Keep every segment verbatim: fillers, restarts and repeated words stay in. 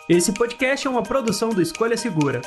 Esse podcast é uma produção do Escolha Segura.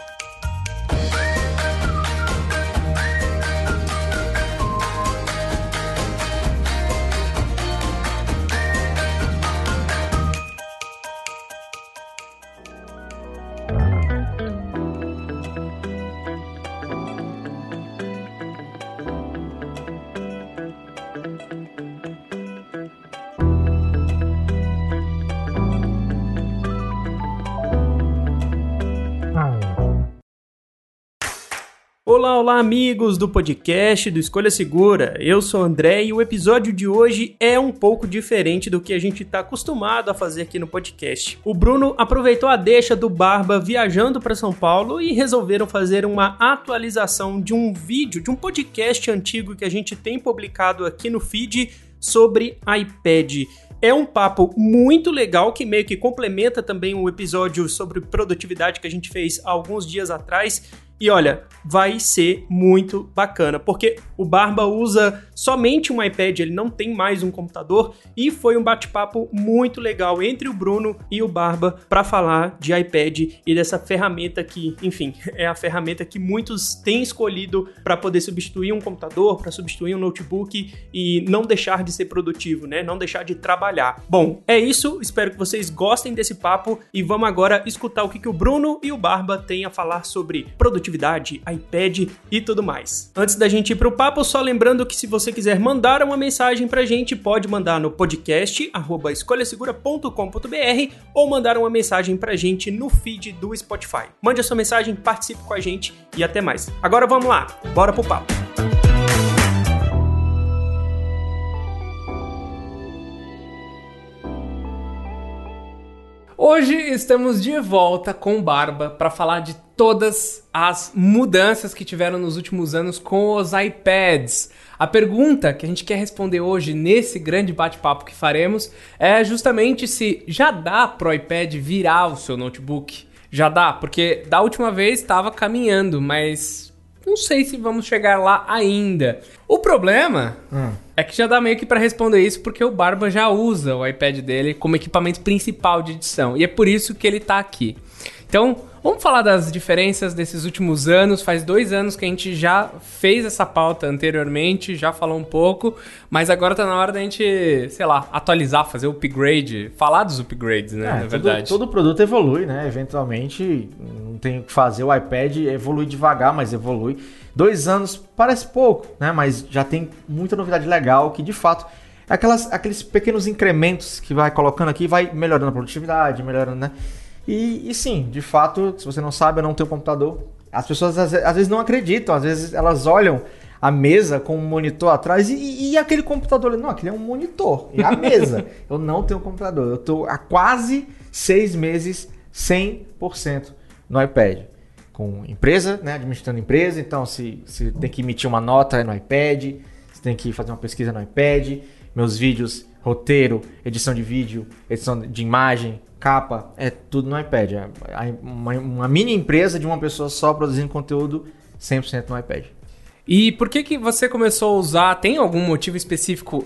Olá, olá amigos do podcast do Escolha Segura, eu sou o André e o episódio de hoje é um pouco diferente do que a gente está acostumado a fazer aqui no podcast. O Bruno aproveitou a deixa do Barba viajando para São Paulo e resolveram fazer uma atualização de um vídeo, de um podcast antigo que a gente tem publicado aqui no feed sobre iPad. É um papo muito legal que meio que complementa também o episódio sobre produtividade que a gente fez há alguns dias atrás. E olha, vai ser muito bacana, porque o Barba usa somente um iPad, ele não tem mais um computador, e foi um bate-papo muito legal entre o Bruno e o Barba para falar de iPad e dessa ferramenta que, enfim, é a ferramenta que muitos têm escolhido para poder substituir um computador, para substituir um notebook e não deixar de ser produtivo, né? Não deixar de trabalhar. Bom, é isso, espero que vocês gostem desse papo e vamos agora escutar o que, que o Bruno e o Barba têm a falar sobre produtividade, iPad e tudo mais. Antes da gente ir pro papo, só lembrando que se você quiser mandar uma mensagem pra gente, pode mandar no podcast arroba escolha segura ponto com ponto b r ou mandar uma mensagem pra gente no feed do Spotify. Mande a sua mensagem, participe com a gente e até mais. Agora vamos lá, bora pro papo. Hoje estamos de volta com o Barba para falar de todas as mudanças que tiveram nos últimos anos com os iPads. A pergunta que a gente quer responder hoje nesse grande bate-papo que faremos é justamente se já dá pro iPad virar o seu notebook. Já dá, porque da última vez estava caminhando, mas não sei se vamos chegar lá ainda. O problema hum. é que já dá meio que para responder isso, porque o Barba já usa o iPad dele como equipamento principal de edição. E é por isso que ele tá aqui. Então, vamos falar das diferenças desses últimos anos. Faz dois anos que a gente já fez essa pauta anteriormente, já falou um pouco, mas agora tá na hora da gente, sei lá, atualizar, fazer o upgrade, falar dos upgrades, né, é, na verdade. Todo, todo produto evolui, né? Eventualmente, não tem o que fazer. O iPad evolui devagar, mas evolui. Dois anos parece pouco, né? Mas já tem muita novidade legal que, de fato, aquelas, aqueles pequenos incrementos que vai colocando aqui, vai melhorando a produtividade, melhorando, né? E, e sim, de fato, se você não sabe, eu não tenho computador. As pessoas às, às vezes não acreditam, às vezes elas olham a mesa com um monitor atrás e, e, e aquele computador, não, aquele é um monitor, e a mesa. Eu não tenho computador, eu estou há quase seis meses cem por cento no iPad. Com empresa, né, administrando empresa, então se, se tem que emitir uma nota é no iPad, se tem que fazer uma pesquisa no iPad, meus vídeos, roteiro, edição de vídeo, edição de imagem, capa, é tudo no iPad. É uma, uma mini empresa de uma pessoa só produzindo conteúdo cem por cento no iPad. E por que que você começou a usar? Tem algum motivo específico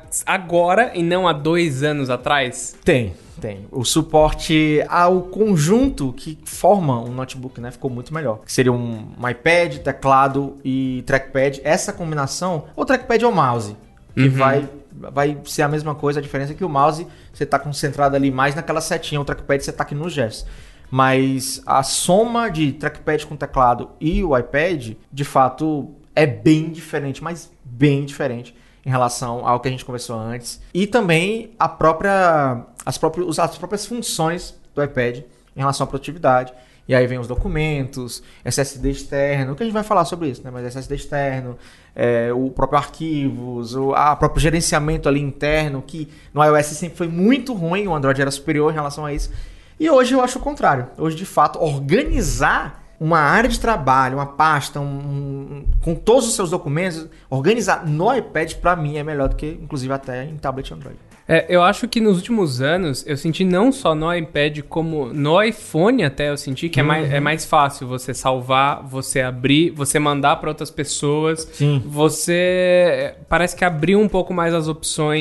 agora e não há dois anos atrás? Tem, tem. O suporte ao conjunto que forma um notebook, né, ficou muito melhor. Que seria um, um iPad, teclado e trackpad. Essa combinação, ou trackpad ou mouse, que uhum. vai... vai ser a mesma coisa, a diferença é que o mouse você está concentrado ali mais naquela setinha, o trackpad você está aqui no gesto. Mas a soma de trackpad com teclado e o iPad, de fato, é bem diferente, mas bem diferente em relação ao que a gente conversou antes. E também a própria, as, próprias, as próprias funções do iPad em relação à produtividade. E aí vem os documentos, S S D externo, que a gente vai falar sobre isso, né? Mas S S D externo, é, o próprio arquivos, o a próprio gerenciamento ali interno, que no iOS sempre foi muito ruim, o Android era superior em relação a isso. E hoje eu acho o contrário. Hoje, de fato, organizar uma área de trabalho, uma pasta, um, um, com todos os seus documentos, organizar no iPad, para mim, é melhor do que, inclusive, até em tablet Android. É, eu acho que nos últimos anos, eu senti não só no iPad, como no iPhone até, eu senti que uhum. é, mais, é mais fácil você salvar, você abrir, você mandar para outras pessoas. Sim. Você parece que abriu um pouco mais as opções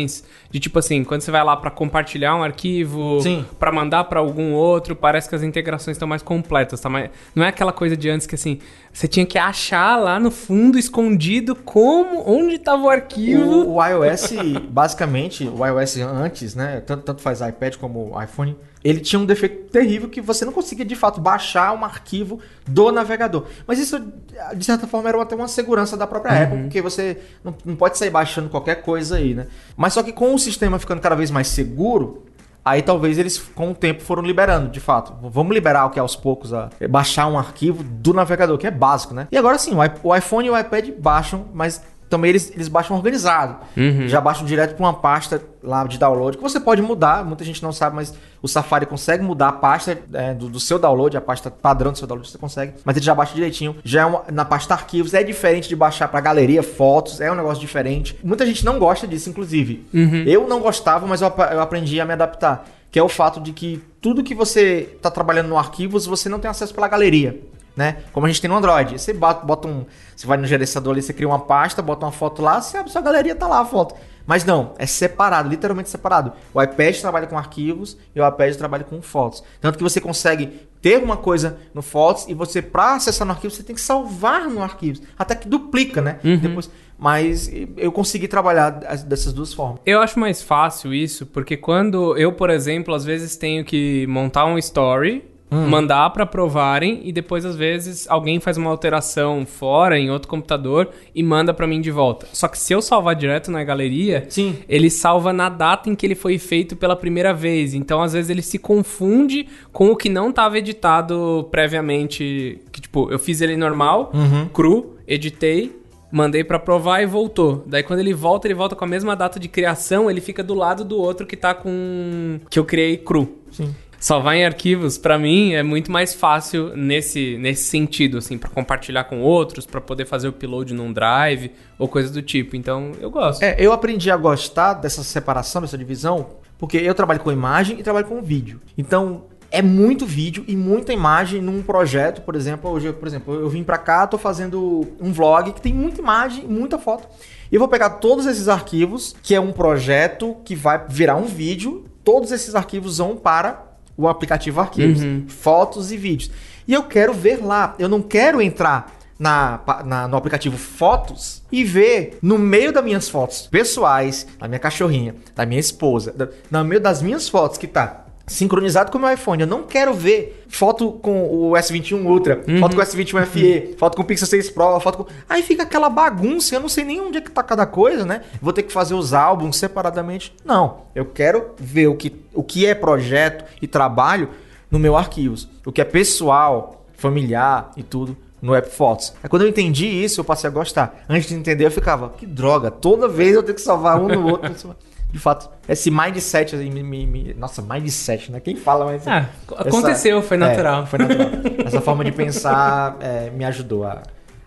De tipo assim, quando você vai lá pra compartilhar um arquivo, Sim. pra mandar pra algum outro, parece que as integrações estão mais completas, tá? Mais... Não é aquela coisa de antes que assim, você tinha que achar lá no fundo, escondido, como, onde tava o arquivo. O, o iOS, basicamente, o iOS antes, né? Tanto, tanto faz iPad como iPhone, ele tinha um defeito terrível que você não conseguia, de fato, baixar um arquivo do navegador. Mas isso, de certa forma, era até uma segurança da própria Uhum. Apple, porque você não, não pode sair baixando qualquer coisa aí, né? Mas só que com o sistema ficando cada vez mais seguro, aí talvez eles, com o tempo, foram liberando, de fato. Vamos liberar o que aos poucos, a baixar um arquivo do navegador, que é básico, né? E agora sim, o iPhone e o iPad baixam, mas também eles, eles baixam organizado. Uhum. Já baixam direto para uma pasta lá de download, que você pode mudar, muita gente não sabe, mas o Safari consegue mudar a pasta é, do, do seu download, a pasta padrão do seu download você consegue, mas ele já baixa direitinho, já é uma, na pasta arquivos, é diferente de baixar para galeria, fotos, é um negócio diferente. Muita gente não gosta disso, inclusive. Uhum. Eu não gostava, mas eu, eu aprendi a me adaptar, que é o fato de que tudo que você está trabalhando no arquivos, você não tem acesso pela galeria. Né? Como a gente tem no Android. Você bota, bota um. Você vai no gerenciador ali, você cria uma pasta, bota uma foto lá, você abre sua galeria, tá lá a foto. Mas não, é separado, literalmente separado. O iPad trabalha com arquivos e o iPad trabalha com fotos. Tanto que você consegue ter uma coisa no Fotos e você, para acessar no arquivo, você tem que salvar no arquivo. Até que duplica, né? Uhum. Depois, mas eu consegui trabalhar dessas duas formas. Eu acho mais fácil isso, porque quando eu, por exemplo, às vezes tenho que montar um story, Hum. mandar para aprovarem e depois, às vezes, alguém faz uma alteração fora, em outro computador, e manda para mim de volta. Só que se eu salvar direto na galeria, Sim. ele salva na data em que ele foi feito pela primeira vez. Então, às vezes, ele se confunde com o que não estava editado previamente. Que, tipo, eu fiz ele normal, uhum. cru, editei, mandei pra aprovar e voltou. Daí quando ele volta, ele volta com a mesma data de criação, ele fica do lado do outro que tá com... que eu criei cru. Sim. Salvar em arquivos, pra mim, é muito mais fácil nesse, nesse sentido, assim, pra compartilhar com outros, pra poder fazer o upload num drive ou coisa do tipo. Então, eu gosto. É, eu aprendi a gostar dessa separação, dessa divisão, porque eu trabalho com imagem e trabalho com vídeo. Então, é muito vídeo e muita imagem num projeto. Por exemplo, hoje, por exemplo, eu vim pra cá, tô fazendo um vlog que tem muita imagem, muita foto. E eu vou pegar todos esses arquivos, que é um projeto que vai virar um vídeo. Todos esses arquivos vão para o aplicativo Arquivos, uhum. fotos e vídeos. E eu quero ver lá. Eu não quero entrar na, na, no aplicativo Fotos e ver no meio das minhas fotos pessoais, da minha cachorrinha, da minha esposa, da, no meio das minhas fotos que tá sincronizado com o meu iPhone. Eu não quero ver foto com o S vinte e um Ultra, uhum. foto com o S vinte e um F E, uhum. foto com o Pixel seis Pro, foto com... Aí fica aquela bagunça, eu não sei nem onde é que tá cada coisa, né? Vou ter que fazer os álbuns separadamente. Não, eu quero ver o que, o que é projeto e trabalho no meu arquivos. O que é pessoal, familiar e tudo no App Fotos. Aí quando eu entendi isso, eu passei a gostar. Antes de entender, eu ficava, que droga, toda vez eu tenho que salvar um no outro. De fato, esse mindset, assim, me, me, me, nossa, mindset, né? Quem fala mais... Ah, aconteceu, essa, foi natural. É, foi natural. Essa forma de pensar é, me ajudou a,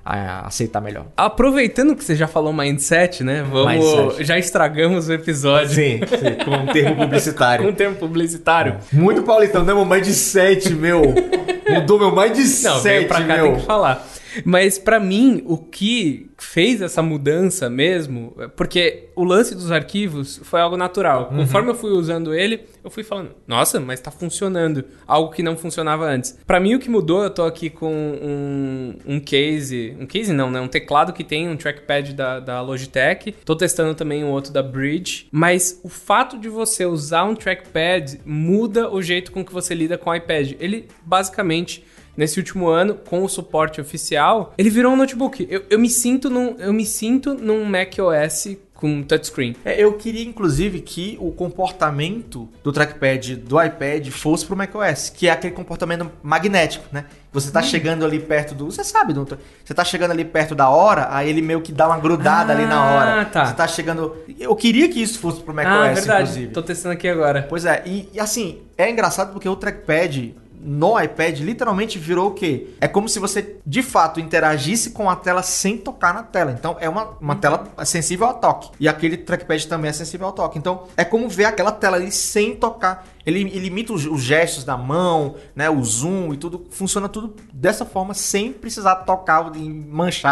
a aceitar melhor. Aproveitando que você já falou mindset, né? Vamos, mindset. Já estragamos o episódio. Sim, sim, com um termo publicitário. Com um termo publicitário. É. Muito paulitano, não é meu mindset, meu. Mudou meu mindset, não, veio pra cá, meu. Tem que falar. Mas pra mim, o que fez essa mudança mesmo, porque o lance dos arquivos foi algo natural. Uhum. Conforme eu fui usando ele, eu fui falando, nossa, mas tá funcionando. Algo que não funcionava antes. Pra mim, o que mudou, eu tô aqui com um, um case, um case não, né? Um teclado que tem um trackpad da, da Logitech. Tô testando também um outro da Bridge. Mas o fato de você usar um trackpad muda o jeito com que você lida com o iPad. Ele, basicamente... Nesse último ano, com o suporte oficial, ele virou um notebook. Eu, eu, me, sinto num, eu me sinto num macOS com touchscreen. É, eu queria, inclusive, que o comportamento do trackpad do iPad fosse pro macOS, que é aquele comportamento magnético, né? Você tá hum. chegando ali perto do... Você sabe, não? Você tá chegando ali perto da hora, aí ele meio que dá uma grudada ah, ali na hora. Tá. Você tá chegando... Eu queria que isso fosse pro macOS, ah, verdade. inclusive. Tô testando aqui agora. Pois é, e, e assim, é engraçado porque o trackpad... no iPad, literalmente virou o quê? É como se você, de fato, interagisse com a tela sem tocar na tela. Então, é uma, uma tela sensível ao toque. E aquele trackpad também é sensível ao toque. Então, é como ver aquela tela ali sem tocar. Ele, ele imita os, os gestos da mão, né? O zoom e tudo. Funciona tudo dessa forma, sem precisar tocar e manchar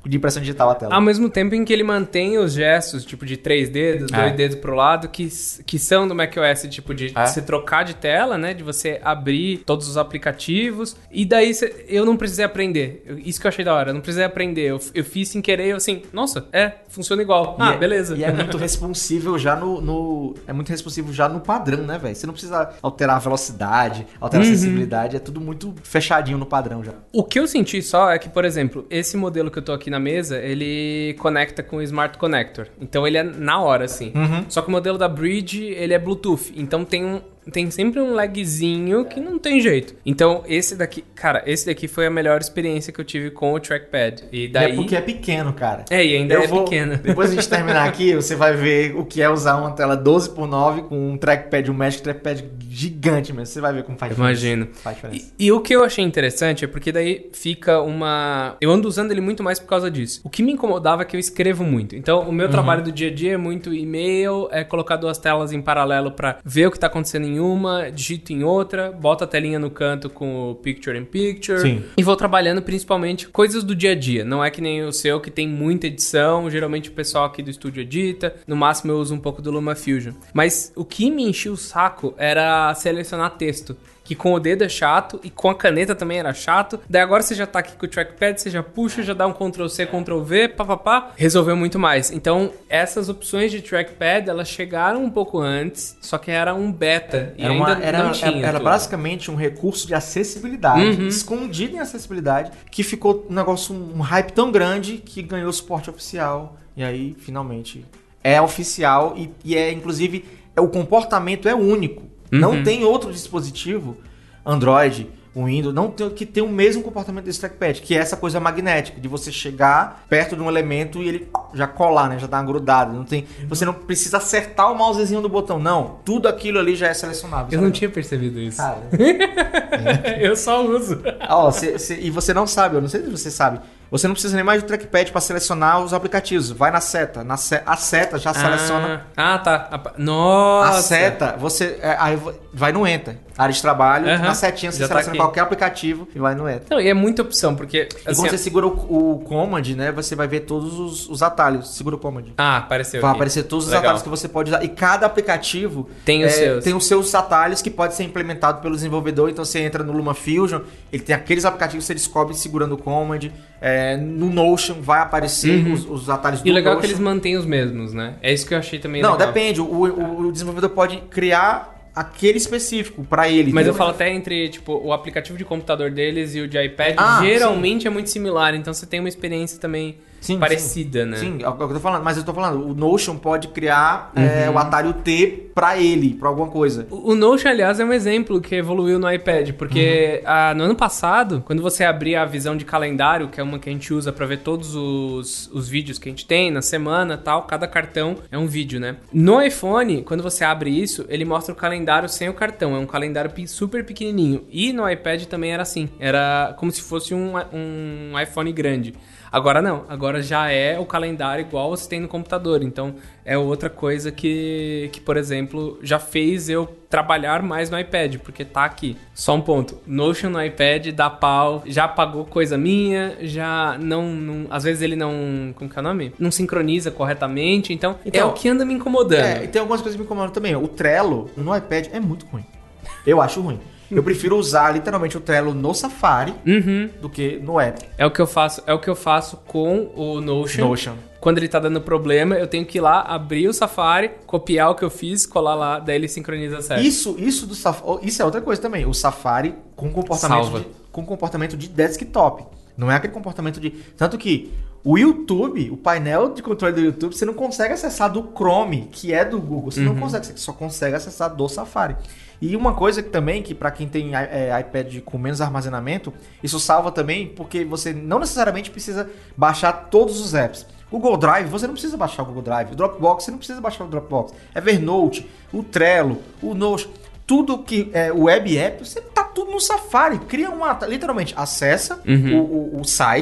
de impressão digital a tela. Ao mesmo tempo em que ele mantém os gestos, tipo de três dedos, É. dois dedos pro lado, que, que são do macOS, tipo de É. você trocar de tela, né? De você abrir todos os aplicativos. E daí cê, eu não precisei aprender. Eu- Isso que eu achei da hora. Eu não precisei aprender. Eu, eu fiz sem querer, eu assim, nossa, é, funciona igual. E Ah, é- beleza. E é muito responsível já no, no- É muito responsível já no padrão, né, velho? Você não precisa alterar a velocidade, alterar Uhum. a acessibilidade, é tudo muito fechadinho no padrão já. O que eu senti só é que, por exemplo, esse modelo que eu tô aqui na mesa, ele conecta com o Smart Connector. Então ele é na hora, assim. Uhum. Só que o modelo da Bridge, ele é Bluetooth. Então tem um... Tem sempre um lagzinho que não tem jeito. Então, esse daqui... Cara, esse daqui foi a melhor experiência que eu tive com o trackpad. E daí... É porque é pequeno, cara. É, e ainda Eu é vou- pequeno. Depois a gente terminar aqui, você vai ver o que é usar uma tela doze por nove com um trackpad, um Magic Trackpad gigante mesmo. Você vai ver como faz diferença. Imagino. Faz diferença. E, e o que eu achei interessante é porque daí fica uma... Eu ando usando ele muito mais por causa disso. O que me incomodava é que eu escrevo muito. Então, o meu trabalho do dia a dia é muito e-mail, é colocar duas telas em paralelo pra ver o que tá acontecendo em uma, digito em outra, boto a telinha no canto com o Picture in Picture. Sim. E vou trabalhando principalmente coisas do dia a dia. Não é que nem o seu que tem muita edição. Geralmente o pessoal aqui do estúdio edita. No máximo eu uso um pouco do LumaFusion. Mas o que me enchia o saco era selecionar texto. Que com o dedo é chato e com a caneta também era chato. Daí agora você já tá aqui com o trackpad, você já puxa, já dá um control C, control V, papapá. Resolveu muito mais. Então, essas opções de trackpad, elas chegaram um pouco antes, só que era um beta. E Era, ainda uma, era, não tinha era, era tudo. basicamente um recurso de acessibilidade, Uhum. escondido em acessibilidade, que ficou um negócio, um hype tão grande que ganhou suporte oficial. E aí, finalmente, é oficial e, e é, inclusive, é, o comportamento é único. Uhum. Não tem outro dispositivo, Android, Windows, não tem, que tem o mesmo comportamento desse trackpad, que é essa coisa magnética, de você chegar perto de um elemento e ele já colar, né? Já dá uma grudada. Não tem, você não precisa acertar o mousezinho do botão, não. Tudo aquilo ali já é selecionável. Eu sabe? não tinha percebido isso. Cara, Eu só uso. ó, cê, cê, e você não sabe, eu não sei se você sabe. Você não precisa nem mais do trackpad para selecionar os aplicativos. Vai na seta. Na se, a seta já seleciona. Ah, tá. A- Nossa. A seta, você. é, aí vai no Enter. Área de trabalho, Aham. na setinha você Já tá seleciona aqui. qualquer aplicativo e vai no Enter. Não, e é muita opção, porque... E quando você segura o, o Command, né? Você vai ver todos os, os atalhos. Segura o Command. Ah, apareceu Vai aqui. aparecer todos os Legal. atalhos que você pode usar. E cada aplicativo Tem os seus. tem os seus atalhos que pode ser implementado pelo desenvolvedor. Então você entra no LumaFusion, ele tem aqueles aplicativos que você descobre segurando o Command. É, no Notion vai aparecer Uhum. os, os atalhos do E o legal é Notion. que eles mantêm os mesmos, né? É isso que eu achei também Não, legal. depende. O, o, o desenvolvedor pode criar aquele específico pra ele. Mas eu entendeu? falo até entre, tipo, o aplicativo de computador deles e o de iPad, Ah, geralmente é muito similar. Então você tem uma experiência também Sim, parecida, sim. né? Sim, é o que eu tô falando. Mas eu tô falando, o Notion pode criar é, o atalho T pra ele, pra alguma coisa. O o Notion, aliás, é um exemplo que evoluiu no iPad, porque ah, no ano passado, quando você abria a visão de calendário, que é uma que a gente usa pra ver todos os, os vídeos que a gente tem na semana e tal, cada cartão é um vídeo, né? No iPhone, quando você abre isso, ele mostra o calendário sem o cartão, é um calendário pe- super pequenininho. E no iPad também era assim, era como se fosse um, um iPhone grande. Agora não, agora já é o calendário igual você tem no computador. Então é outra coisa que, que, por exemplo, já fez eu trabalhar mais no iPad, porque tá aqui. Só um ponto, Notion no iPad dá pau, já apagou coisa minha, já não, não... Às vezes ele não... Como que é o nome? Não sincroniza corretamente, então, Então, é o que anda me incomodando. É, e tem algumas coisas que me incomodam também. O Trello no iPad é muito ruim. Eu acho ruim. Eu prefiro usar literalmente o Trello no Safari Uhum. do que no app. É o que eu faço, é o que eu faço com o Notion. Notion. Quando ele tá dando problema, eu tenho que ir lá, abrir o Safari, copiar o que eu fiz, colar lá, daí ele sincroniza certo. Isso, isso do Safari, isso é outra coisa também. O Safari com comportamento Salva. de, com comportamento de desktop. Não é aquele comportamento de, tanto que o YouTube, o painel de controle do YouTube, você não consegue acessar do Chrome, que é do Google. Você não consegue, você só consegue acessar do Safari. E uma coisa que também, que para quem tem é, iPad com menos armazenamento, isso salva também, porque você não necessariamente precisa baixar todos os apps. Google Drive, você não precisa baixar o Google Drive. O Dropbox, você não precisa baixar o Dropbox. Evernote, o Trello, o Notion, tudo que é web app, você tá tudo no Safari. Cria uma, literalmente, acessa Uhum. o, o, o site,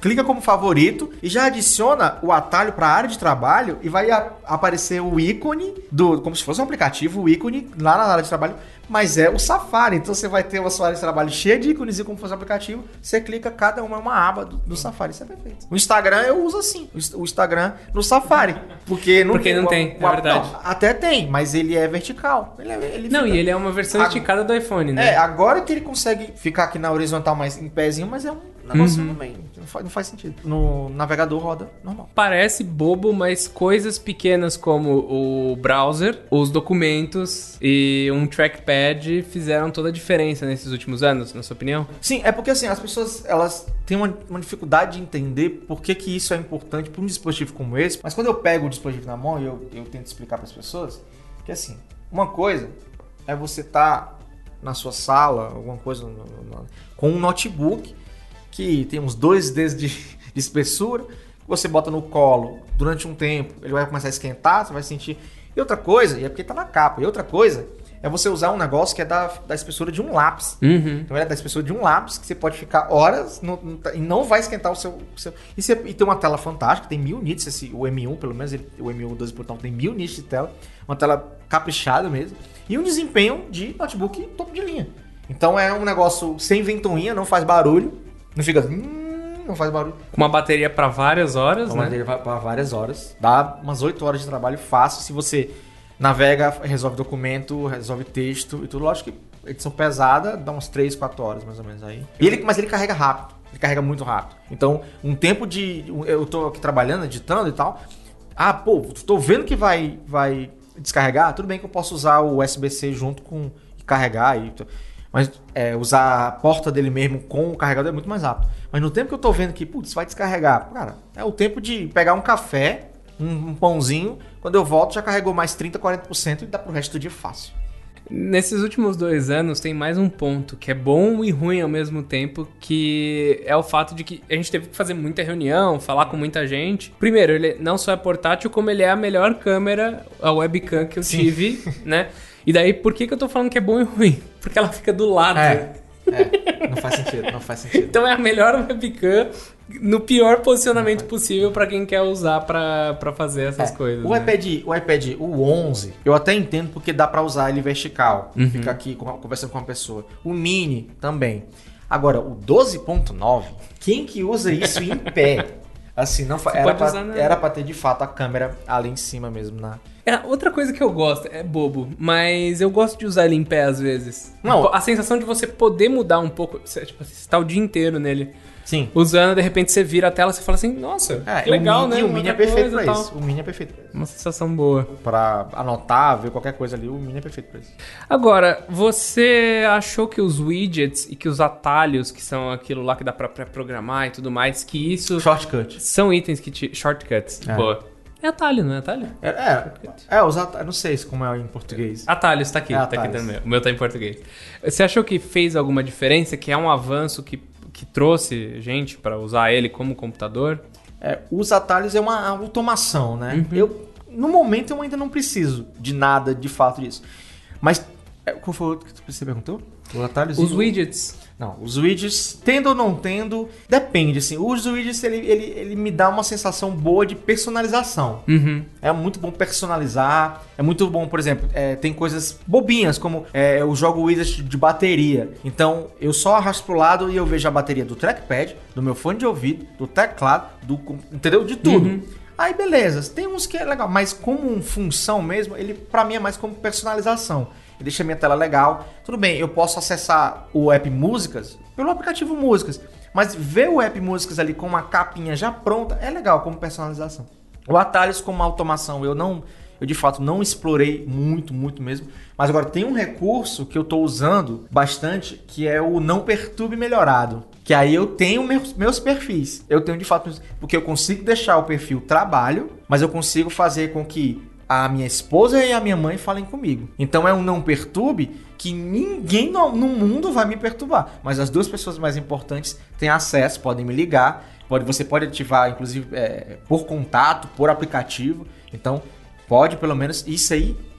clica como favorito e já adiciona o atalho para a área de trabalho e vai a- aparecer o ícone, do, como se fosse um aplicativo, o ícone lá na área de trabalho, mas é o Safari. Então você vai ter uma sua área de trabalho cheia de ícones e como se fosse um aplicativo, você clica, cada uma é uma aba do, do Safari, isso é perfeito. O Instagram eu uso assim, o Inst- o Instagram no Safari, porque não Porque não tem, é verdade. Não, até tem, mas ele é vertical. Ele é, ele Não, fica- e ele é uma versão A- esticada do iPhone, né? É, agora que ele consegue ficar aqui na horizontal mais em pezinho, mas é um negócio Uhum. no meio. Não faz, não faz sentido. No navegador roda normal. Parece bobo, mas coisas pequenas como o browser, os documentos e um trackpad fizeram toda a diferença nesses últimos anos, na sua opinião? Sim, é porque assim, as pessoas elas têm uma, uma dificuldade de entender por que, que isso é importante para um dispositivo como esse. Mas quando eu pego o dispositivo na mão e eu, eu tento explicar para as pessoas, que assim, uma coisa é você estar na sua sala, alguma coisa, no- no- com um notebook que tem uns dois dedos de, de espessura, que você bota no colo durante um tempo, ele vai começar a esquentar, você vai sentir. E outra coisa, e é porque tá na capa, e outra coisa é você usar um negócio que é da, da espessura de um lápis. Uhum. Então ele é da espessura de um lápis, que você pode ficar horas no, no, e não vai esquentar o seu... o seu e, você, e tem uma tela fantástica, tem mil nits, esse, o M um, pelo menos, ele, o M um doze portão tem mil nits de tela, uma tela caprichada mesmo, e um desempenho de notebook topo de linha. Então é um negócio sem ventoinha, não faz barulho, não fica... Hum, não faz barulho. Com uma bateria pra várias horas, Uma né? dele vai para várias horas. Dá umas oito horas de trabalho fácil se você navega, resolve documento, resolve texto e tudo. Lógico que edição pesada dá uns três, quatro horas mais ou menos aí. E ele, mas ele carrega rápido. Ele carrega muito rápido. Então, um tempo de... Eu tô aqui trabalhando, editando e tal. Ah, pô, tô vendo que vai, vai descarregar. Tudo bem que eu posso usar o U S B C junto com... E carregar e... Mas é, usar a porta dele mesmo com o carregador é muito mais rápido. Mas no tempo que eu tô vendo que, putz, vai descarregar, cara, é o tempo de pegar um café, um, um pãozinho, quando eu volto já carregou mais trinta, quarenta por cento e dá pro resto do dia fácil. Nesses últimos dois anos tem mais um ponto que é bom e ruim ao mesmo tempo, que é o fato de que a gente teve que fazer muita reunião, falar com muita gente. Primeiro, ele não só é portátil, como ele é a melhor câmera, a webcam que eu Sim. tive, né? E daí, por que, que eu tô falando que é bom e ruim? Porque ela fica do lado. É, é, não faz sentido, não faz sentido. Então é a melhor webcam no pior posicionamento possível pra quem quer usar pra, pra fazer essas É, coisas. O né? iPad, o iPad, o onze, eu até entendo porque dá pra usar ele vertical, Uhum. ficar aqui com- conversando com uma pessoa. O Mini também. Agora, o doze ponto nove, quem que usa isso em pé? Assim, não fa- Você era pode pra, usar na- era pra ter de fato a câmera ali em cima mesmo na. É, outra coisa que eu gosto, é bobo, mas eu gosto de usar ele em pé às vezes. Não. A sensação de você poder mudar um pouco, você, tipo, você tá o dia inteiro nele Sim. usando, de repente você vira a tela e você fala assim, nossa, É, que legal, o Mini, né? E o Mini é Outra perfeito coisa pra e tal. isso. O Mini é perfeito pra isso. Uma sensação boa. Pra anotar, ver qualquer coisa ali, o Mini é perfeito pra isso. Agora, você achou que os widgets e que os atalhos, que são aquilo lá que dá pra pré-programar e tudo mais, que isso Shortcut. são itens que te... shortcuts, É. boa. É atalho, não é atalho? É, é, é os atalhos, não sei como é em português. Atalhos, tá aqui, É, tá aqui atalhos. também. O meu tá em português. Você achou que fez alguma diferença? Que é um avanço que, que trouxe gente pra usar ele como computador? É, os atalhos é uma automação, né? Eu, no momento eu ainda não preciso de nada de fato disso. Mas, é, qual foi o outro que você perguntou? Os atalhos Os e o- widgets. Não, os widgets, tendo ou não tendo, depende, assim. Os widgets, ele, ele, ele me dá uma sensação boa de personalização. Uhum. É muito bom personalizar. É muito bom, por exemplo, é, tem coisas bobinhas, como é, eu jogo widget de bateria. Então, eu só arrasto pro lado e eu vejo a bateria do trackpad, do meu fone de ouvido, do teclado, do, entendeu? De tudo. Uhum. Aí, beleza. Tem uns que é legal, mas como função mesmo, ele pra mim é mais como personalização. Ele deixa a minha tela legal. Tudo bem, eu posso acessar o app Músicas pelo aplicativo Músicas. Mas ver o app Músicas ali com uma capinha já pronta é legal como personalização. O atalhos como automação eu não, eu de fato não explorei muito, muito mesmo. Mas agora tem um recurso que eu estou usando bastante, que é o não perturbe melhorado. Que aí eu tenho meus, meus perfis. Eu tenho de fato, porque eu consigo deixar o perfil trabalho, mas eu consigo fazer com que a minha esposa e a minha mãe falem comigo. Então é um não perturbe que ninguém no, no mundo vai me perturbar. Mas as duas pessoas mais importantes têm acesso, podem me ligar. Pode, você pode ativar, inclusive, é, por contato, por aplicativo. Então, pode pelo menos... Isso aí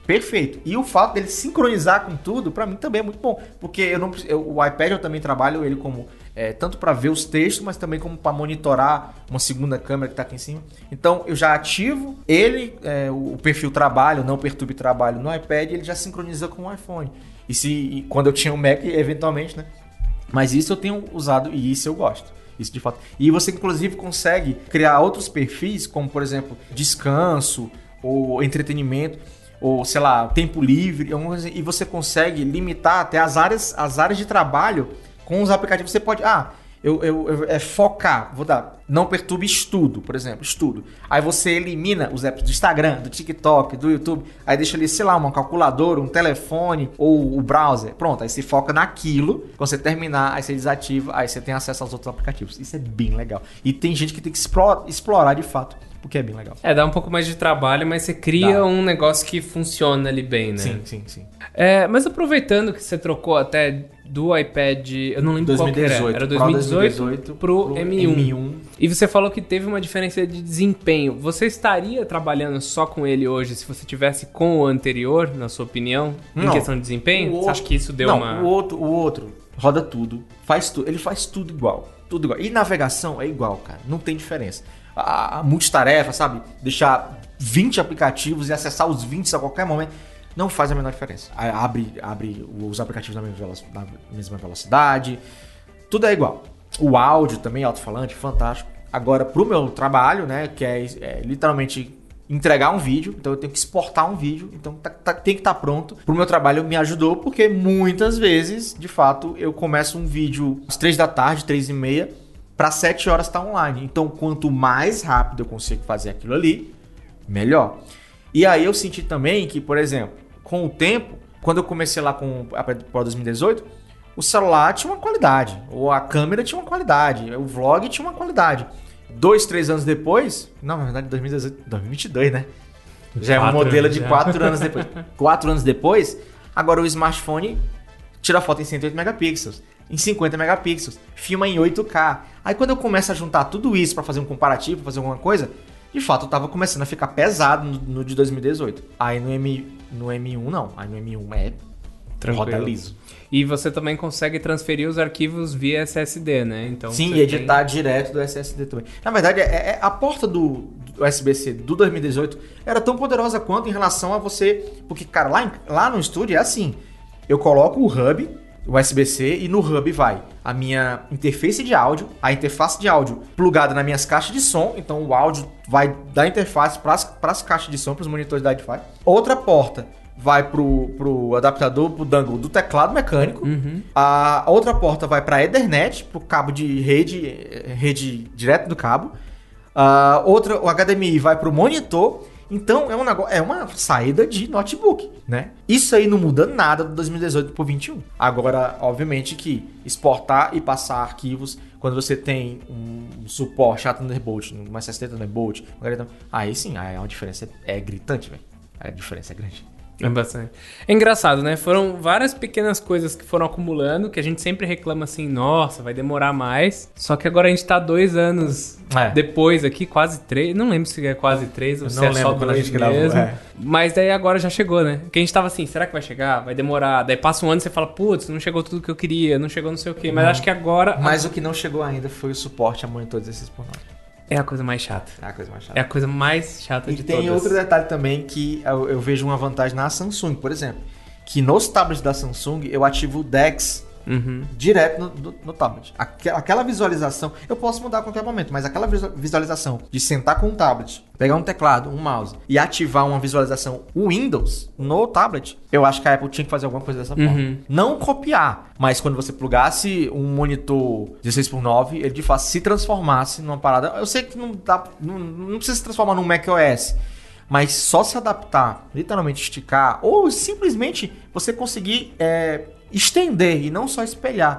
perfeito. E o fato dele sincronizar com tudo, pra mim também é muito bom. Porque eu não, eu, o iPad eu também trabalho ele como... É, tanto para ver os textos, mas também como para monitorar uma segunda câmera que está aqui em cima. Então eu já ativo ele, é, o perfil trabalho, não perturbe trabalho no iPad, ele já sincroniza com o iPhone. E se e quando eu tinha o Mac, eventualmente, né? Mas isso eu tenho usado e isso eu gosto. Isso de fato. E você inclusive consegue criar outros perfis, como por exemplo, descanso ou entretenimento, ou sei lá, tempo livre, e você consegue limitar até as áreas, as áreas de trabalho. Com os aplicativos você pode... Ah, eu, eu, eu é focar. Vou dar... Não perturbe estudo, por exemplo. Estudo. Aí você elimina os apps do Instagram, do TikTok, do YouTube. Aí deixa ali, sei lá, uma calculadora, um telefone ou o browser. Pronto, aí você foca naquilo. Quando você terminar, aí você desativa. Aí você tem acesso aos outros aplicativos. Isso é bem legal. E tem gente que tem que explorar, explorar de fato. Porque é bem legal. É, dá um pouco mais de trabalho, mas você cria dá. um negócio que funciona ali bem, né? Sim, sim, sim. É, mas aproveitando que você trocou até do iPad... Eu não lembro dois mil e dezoito, qual que era. Era dois mil e dezoito, dois mil e dezoito pro, pro M um. M um. E você falou que teve uma diferença de desempenho. Você estaria trabalhando só com ele hoje se você tivesse com o anterior, na sua opinião? Não. Em questão de desempenho? O você acha que isso deu não, uma... o outro, o outro roda tudo. Faz tudo. Ele faz tudo igual. Tudo igual. E navegação é igual, cara. Não tem diferença. A, a multitarefa, sabe? Deixar vinte aplicativos e acessar os vinte a qualquer momento não faz a menor diferença. Abre, abre os aplicativos na mesma velocidade, tudo é igual. O áudio também, alto-falante, fantástico. Agora, pro meu trabalho, né, que é, é literalmente entregar um vídeo, então eu tenho que exportar um vídeo, então tá, tá, tem que estar tá pronto. Pro meu trabalho me ajudou, porque muitas vezes, de fato, eu começo um vídeo às três da tarde, três e meia, para sete horas estar online. Então, quanto mais rápido eu consigo fazer aquilo ali, melhor. E aí eu senti também que, por exemplo, com o tempo, quando eu comecei lá com a Pro dois mil e dezoito, o celular tinha uma qualidade, ou a câmera tinha uma qualidade, o vlog tinha uma qualidade. Dois, três anos depois, não, na verdade, dois mil e dezoito, dois mil e vinte e dois, né? Já é um modelo de quatro anos depois. Quatro anos depois, agora o smartphone tira foto em cento e oito megapixels, em cinquenta megapixels, filma em oito K. Aí quando eu começo a juntar tudo isso para fazer um comparativo, pra fazer alguma coisa, de fato eu tava começando a ficar pesado no, no de dois mil e dezoito. Aí no, M, no M um não, aí no M um é tranquilo. Roda liso. E você também consegue transferir os arquivos via S S D, né? Então, sim, e editar tem... direto do S S D também. Na verdade, é, é a porta do, do U S B C do dois mil e dezoito era tão poderosa quanto em relação a você... Porque, cara, lá, em, lá no estúdio é assim. Eu coloco o hub, o U S B C, e no hub vai a minha interface de áudio, a interface de áudio plugada nas minhas caixas de som. Então, o áudio vai da interface para as caixas de som, para os monitores da Hi-Fi. Outra porta vai pro, pro adaptador, pro dongle do teclado mecânico. Uhum. A outra porta vai para Ethernet, pro cabo de rede, rede direto do cabo. A outra, o H D M I vai pro monitor. Então é um negócio, é uma saída de notebook, né? Isso aí não muda nada do dois mil e dezoito pro vinte e um. Agora, obviamente que exportar e passar arquivos, quando você tem um suporte a Thunderbolt, uma S S D Thunderbolt, aí sim, aí a diferença é gritante, velho. A diferença é grande. É bastante. É engraçado, né? Foram várias pequenas coisas que foram acumulando, que a gente sempre reclama assim, nossa, vai demorar mais. Só que agora a gente tá dois anos é. depois aqui, quase três. Não lembro se é quase três ou Eu se não é só quando a gente mesmo. gravou, é. Mas daí agora já chegou, né? Porque a gente tava assim, será que vai chegar? Vai demorar. Daí passa um ano e você fala, putz, não chegou tudo que eu queria, não chegou não sei o quê. Mas não. acho que agora... Mas a... o que não chegou ainda foi o suporte a monitor dezesseis por nove. É a coisa mais chata. É a coisa mais chata. É a coisa mais chata e de tem todas. outro detalhe também que eu, eu vejo uma vantagem na Samsung, por exemplo. Que nos tablets da Samsung eu ativo o DeX uhum. direto no, no, no tablet. Aquela, aquela visualização, eu posso mudar a qualquer momento, mas aquela visualização de sentar com um tablet, pegar um teclado, um mouse e ativar uma visualização Windows no tablet, eu acho que a Apple tinha que fazer alguma coisa dessa uhum. forma. Não copiar, mas quando você plugasse um monitor dezesseis por nove, ele de fato se transformasse numa parada. Eu sei que não dá, não, não precisa se transformar num macOS, mas só se adaptar, literalmente esticar, ou simplesmente você conseguir é, estender e não só espelhar.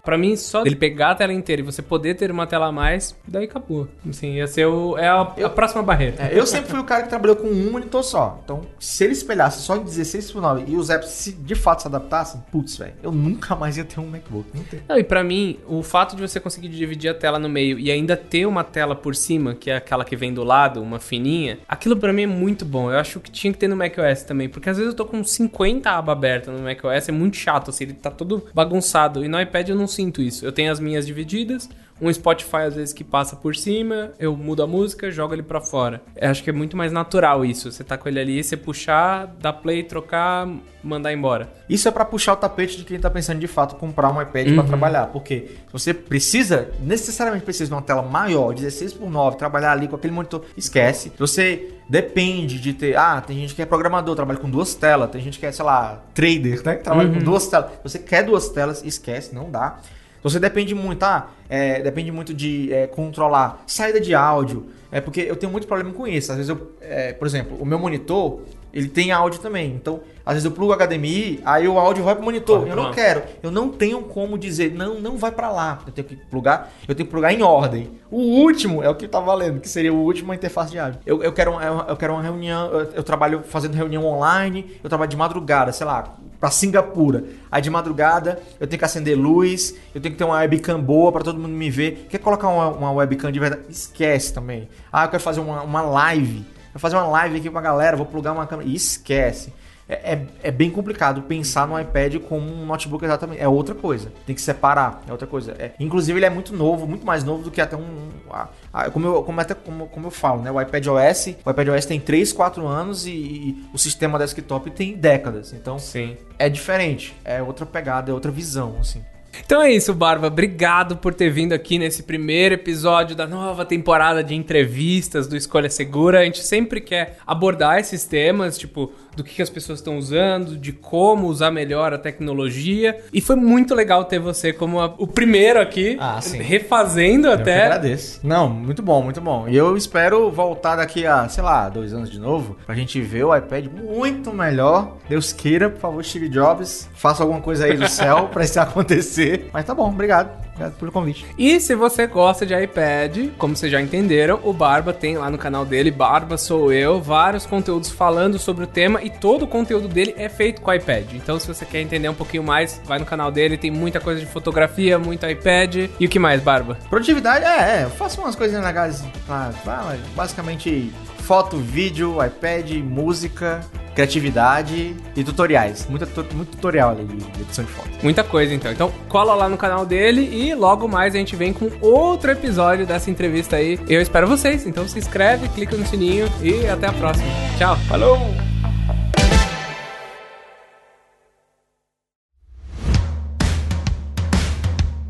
Pra mim, só ele pegar a tela inteira e você poder ter uma tela a mais, daí acabou. Assim, ia ser o, é a, Eu- a próxima barreira. É, eu sempre fui o cara que trabalhou com um monitor só. Então, se ele espelhasse só em dezesseis por nove e os apps se de fato se adaptassem, putz, velho, eu nunca mais ia ter um MacBook. Não tem. Não, e pra mim, o fato de você conseguir dividir a tela no meio e ainda ter uma tela por cima, que é aquela que vem do lado, uma fininha, aquilo pra mim é muito bom. Eu acho que tinha que ter no macOS também, porque às vezes eu tô com cinquenta abas abertas no macOS, é muito chato, assim, ele tá todo bagunçado. E no iPad eu não sinto isso. Eu tenho as minhas divididas, um Spotify às vezes que passa por cima, eu mudo a música, jogo ele pra fora. Eu acho que é muito mais natural isso. Você tá com ele ali, você puxar, dar play, trocar, mandar embora. Isso é pra puxar o tapete de quem tá pensando de fato comprar um iPad pra trabalhar, porque se você precisa, necessariamente precisa de uma tela maior, dezesseis por nove, trabalhar ali com aquele monitor, esquece. Se você depende de ter, ah, tem gente que é programador, trabalha com duas telas, tem gente que é, sei lá, trader, né, que trabalha Uhum. com duas telas. Se você quer duas telas, esquece, não dá. Se você depende muito, ah, é, depende muito de é, controlar saída de áudio, é porque eu tenho muito problema com isso. Às vezes eu, é, por exemplo, o meu monitor, ele tem áudio também. Então, às vezes eu plugo H D M I, aí o áudio vai pro monitor. Vai eu pra não lá. quero. Eu não tenho como dizer, não, não vai pra lá. Eu tenho que plugar, eu tenho que plugar em ordem. O último é o que tá valendo, que seria o último a interface de áudio. Eu, eu, quero, uma- eu quero uma reunião, eu, eu trabalho fazendo reunião online, eu trabalho de madrugada, sei lá, pra Singapura. Aí de madrugada eu tenho que acender luz, eu tenho que ter uma webcam boa pra todo mundo me ver. Quer colocar uma, uma webcam de verdade? Esquece também. Ah, eu quero fazer uma, uma live. Vou fazer uma live aqui com a galera, vou plugar uma câmera. Esquece. É, é, é bem complicado pensar no iPad como um notebook exatamente. É outra coisa. Tem que separar. É outra coisa. É, inclusive, ele é muito novo, muito mais novo do que até um. um a- a- como, eu, como, até, como, como eu falo, né? O iPadOS, o iPadOS tem três, quatro anos e, e o sistema desktop tem décadas. Então, Sim. é diferente. É outra pegada, é outra visão, assim. Então é isso, Barba. Obrigado por ter vindo aqui nesse primeiro episódio da nova temporada de entrevistas do Escolha Segura. A gente sempre quer abordar esses temas, tipo, do que que as pessoas estão usando, de como usar melhor a tecnologia. E foi muito legal ter você como a- o primeiro aqui, Ah, sim. refazendo Eu que até. agradeço. Não, muito bom, muito bom. E eu espero voltar daqui a, sei lá, dois anos de novo, pra gente ver o iPad muito melhor. Deus queira, por favor, Steve Jobs, faça alguma coisa aí do céu pra isso acontecer. Mas tá bom, obrigado. Obrigado pelo convite. E se você gosta de iPad, como vocês já entenderam, o Barba tem lá no canal dele, Barba Sou Eu, vários conteúdos falando sobre o tema e todo o conteúdo dele é feito com iPad. Então se você quer entender um pouquinho mais, vai no canal dele, tem muita coisa de fotografia, muito iPad. E o que mais, Barba? Produtividade, é, é, eu faço umas coisinhas legais. Ah, ah, basicamente, foto, vídeo, iPad, música, criatividade e tutoriais. Muito, muito tutorial ali de de edição de foto. Muita coisa então. Então cola lá no canal dele e logo mais a gente vem com outro episódio dessa entrevista aí. Eu espero vocês, então se inscreve, clica no sininho e até a próxima. Tchau, falou!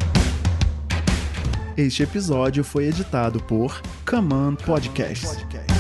Este episódio foi editado por Command Podcast.